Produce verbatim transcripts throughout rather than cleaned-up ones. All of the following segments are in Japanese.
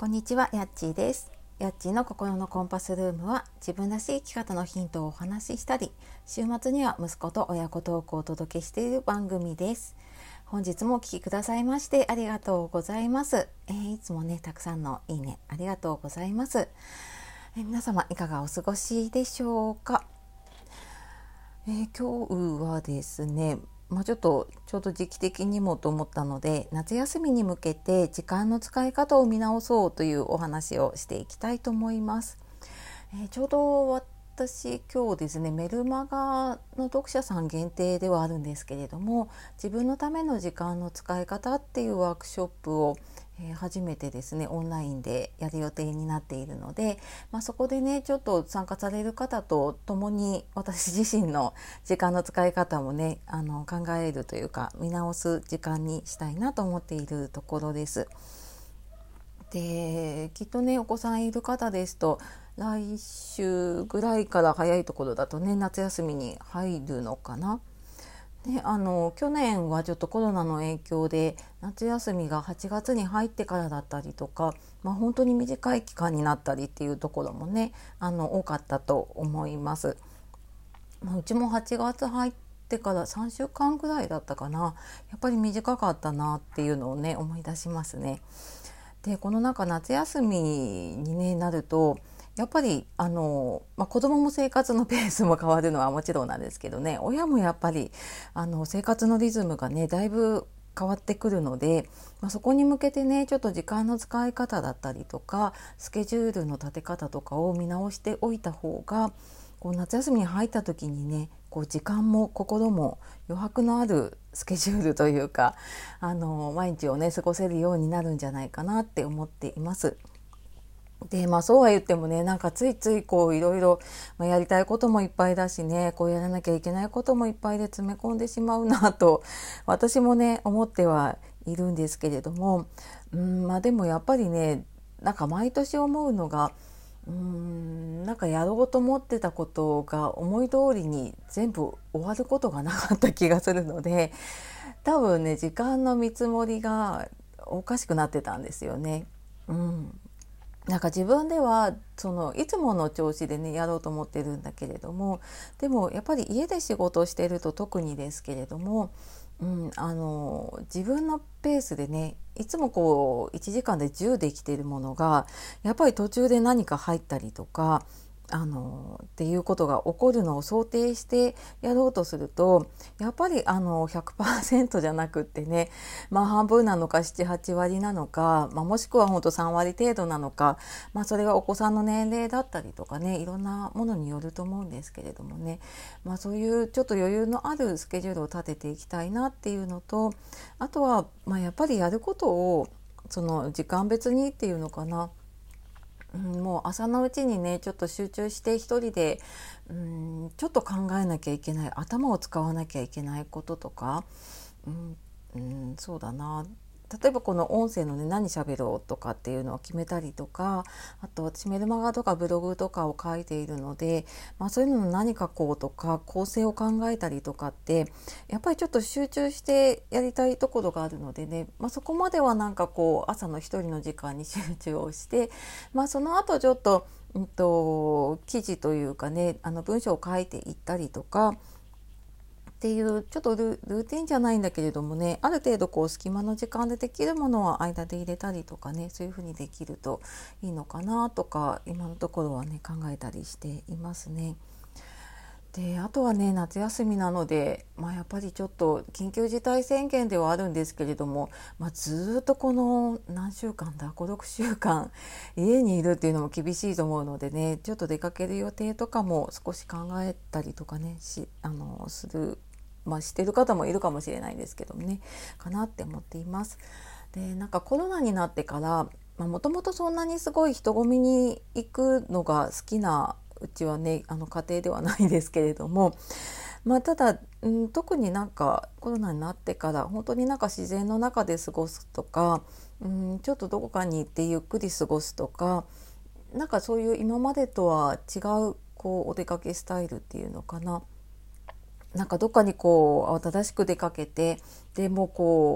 こんにちは、やっちーです。やっちーの心のコンパスルームは、自分らしい生き方のヒントをお話ししたり、週末には息子と親子トークをお届けしている番組です。本日もお聞きくださいましてありがとうございます。えー、いつもねたくさんのいいねありがとうございます。えー、皆様いかがお過ごしでしょうか。えー、今日はですねまあ、ちょっとちょうど時期的にもと思ったので、夏休みに向けて時間の使い方を見直そうというお話をしていきたいと思います。えー、ちょうど私今日ですねメルマガの読者さん限定ではあるんですけれども、自分のための時間の使い方っていうワークショップをえー、初めてですねオンラインでやる予定になっているので、まあ、そこでねちょっと参加される方と共に私自身の時間の使い方もねあの考えるというか見直す時間にしたいなと思っているところです。できっとねお子さんいる方ですと来週ぐらいから早いところだとね夏休みに入るのかな。であの去年はちょっとコロナの影響で夏休みがはちがつに入ってからだったりとか、まあ、本当に短い期間になったりっていうところもねあの多かったと思います。まあ、うちもはちがつ入ってからさんしゅうかんぐらいだったかな。やっぱり短かったなっていうのをね思い出しますね。でこの中夏休みに、ね、なるとやっぱりあの、まあ、子どもも生活のペースも変わるのはもちろんなんですけどね、親もやっぱりあの生活のリズムがねだいぶ変わってくるので、まあ、そこに向けてねちょっと時間の使い方だったりとかスケジュールの立て方とかを見直しておいた方がこう夏休みに入った時にねこう時間も心も余白のあるスケジュールというかあの毎日をね過ごせるようになるんじゃないかなって思っています。でまあそうは言ってもねなんかついついこういろいろやりたいこともいっぱいだしねこうやらなきゃいけないこともいっぱいで詰め込んでしまうなと私もね思ってはいるんですけれども、うんまあでもやっぱりねなんか毎年思うのがうーんなんかやろうと思ってたことが思い通りに全部終わることがなかった気がするので、多分ね時間の見積もりがおかしくなってたんですよね。うんなんか自分ではそのいつもの調子でねやろうと思ってるんだけれども、でもやっぱり家で仕事をしていると特にですけれども、うん、あの自分のペースでねいつもこういちじかんでじゅうできているものがやっぱり途中で何か入ったりとかあのっていうことが起こるのを想定してやろうとするとやっぱりあの ひゃくパーセント じゃなくってね、まあ、半分なのかななはち割なのか、まあ、もしくは本当さん割程度なのか、まあ、それはお子さんの年齢だったりとかねいろんなものによると思うんですけれどもね、まあ、そういうちょっと余裕のあるスケジュールを立てていきたいなっていうのと、あとは、まあ、やっぱりやることをその時間別にっていうのかな、うん、もう朝のうちにねちょっと集中して一人で、うん、ちょっと考えなきゃいけない頭を使わなきゃいけないこととか、うんうん、そうだな例えばこの音声のね何喋ろうとかっていうのを決めたりとか、あと私メルマガとかブログとかを書いているので、まあ、そういうの何書こうとか構成を考えたりとかってやっぱりちょっと集中してやりたいところがあるのでね、まあ、そこまではなんかこう朝の一人の時間に集中をして、まあ、その後ちょっと、うんと、記事というかねあの文章を書いていったりとかっていうちょっと ル, ルーティンじゃないんだけれどもね、ある程度こう隙間の時間でできるものは間で入れたりとかね、そういう風にできるといいのかなとか今のところはね考えたりしていますね。であとはね夏休みなので、まあ、やっぱりちょっと緊急事態宣言ではあるんですけれども、まあ、ずっとこの何週間だご、ろくしゅうかん家にいるっていうのも厳しいと思うのでね、ちょっと出かける予定とかも少し考えたりとかねしあのするまあ、してる方もいるかもしれないですけどもねかなって思っています。でなんかコロナになってからもともとそんなにすごい人混みに行くのが好きなうちはねあの家庭ではないですけれども、まあ、ただ、うん、特になんかコロナになってから本当になんか自然の中で過ごすとか、うん、ちょっとどこかに行ってゆっくり過ごすとか、なんかそういう今までとは違うこうお出かけスタイルっていうのかな、なんかどっかにこう慌ただしく出かけてでもうこ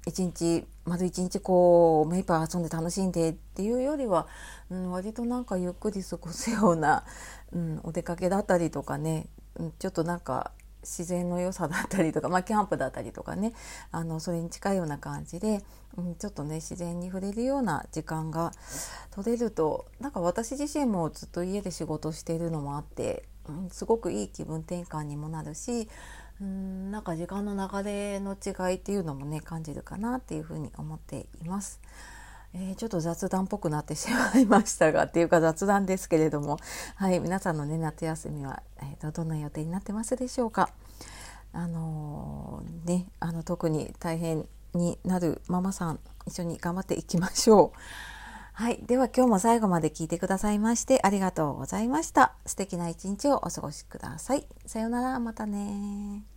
一日丸一日こう目いっぱい遊んで楽しんでっていうよりは、うん、割となんかゆっくり過ごすような、うん、お出かけだったりとかね、うん、ちょっとなんか自然の良さだったりとか、まあ、キャンプだったりとかね、あのそれに近いような感じで、うん、ちょっとね自然に触れるような時間が取れると、なんか私自身もずっと家で仕事しているのもあって、うん、すごくいい気分転換にもなるし、うん、なんか時間の流れの違いっていうのもね感じるかなっていうふうに思っています。えー、ちょっと雑談っぽくなってしまいましたがっていうか雑談ですけれども、はい、皆さんのね夏休みは、えー、とどんな予定になってますでしょうか。あのー、ねあの特に大変になるママさん一緒に頑張っていきましょう。はい、では今日も最後まで聞いてくださいましてありがとうございました。素敵な一日をお過ごしください。さようなら、またね。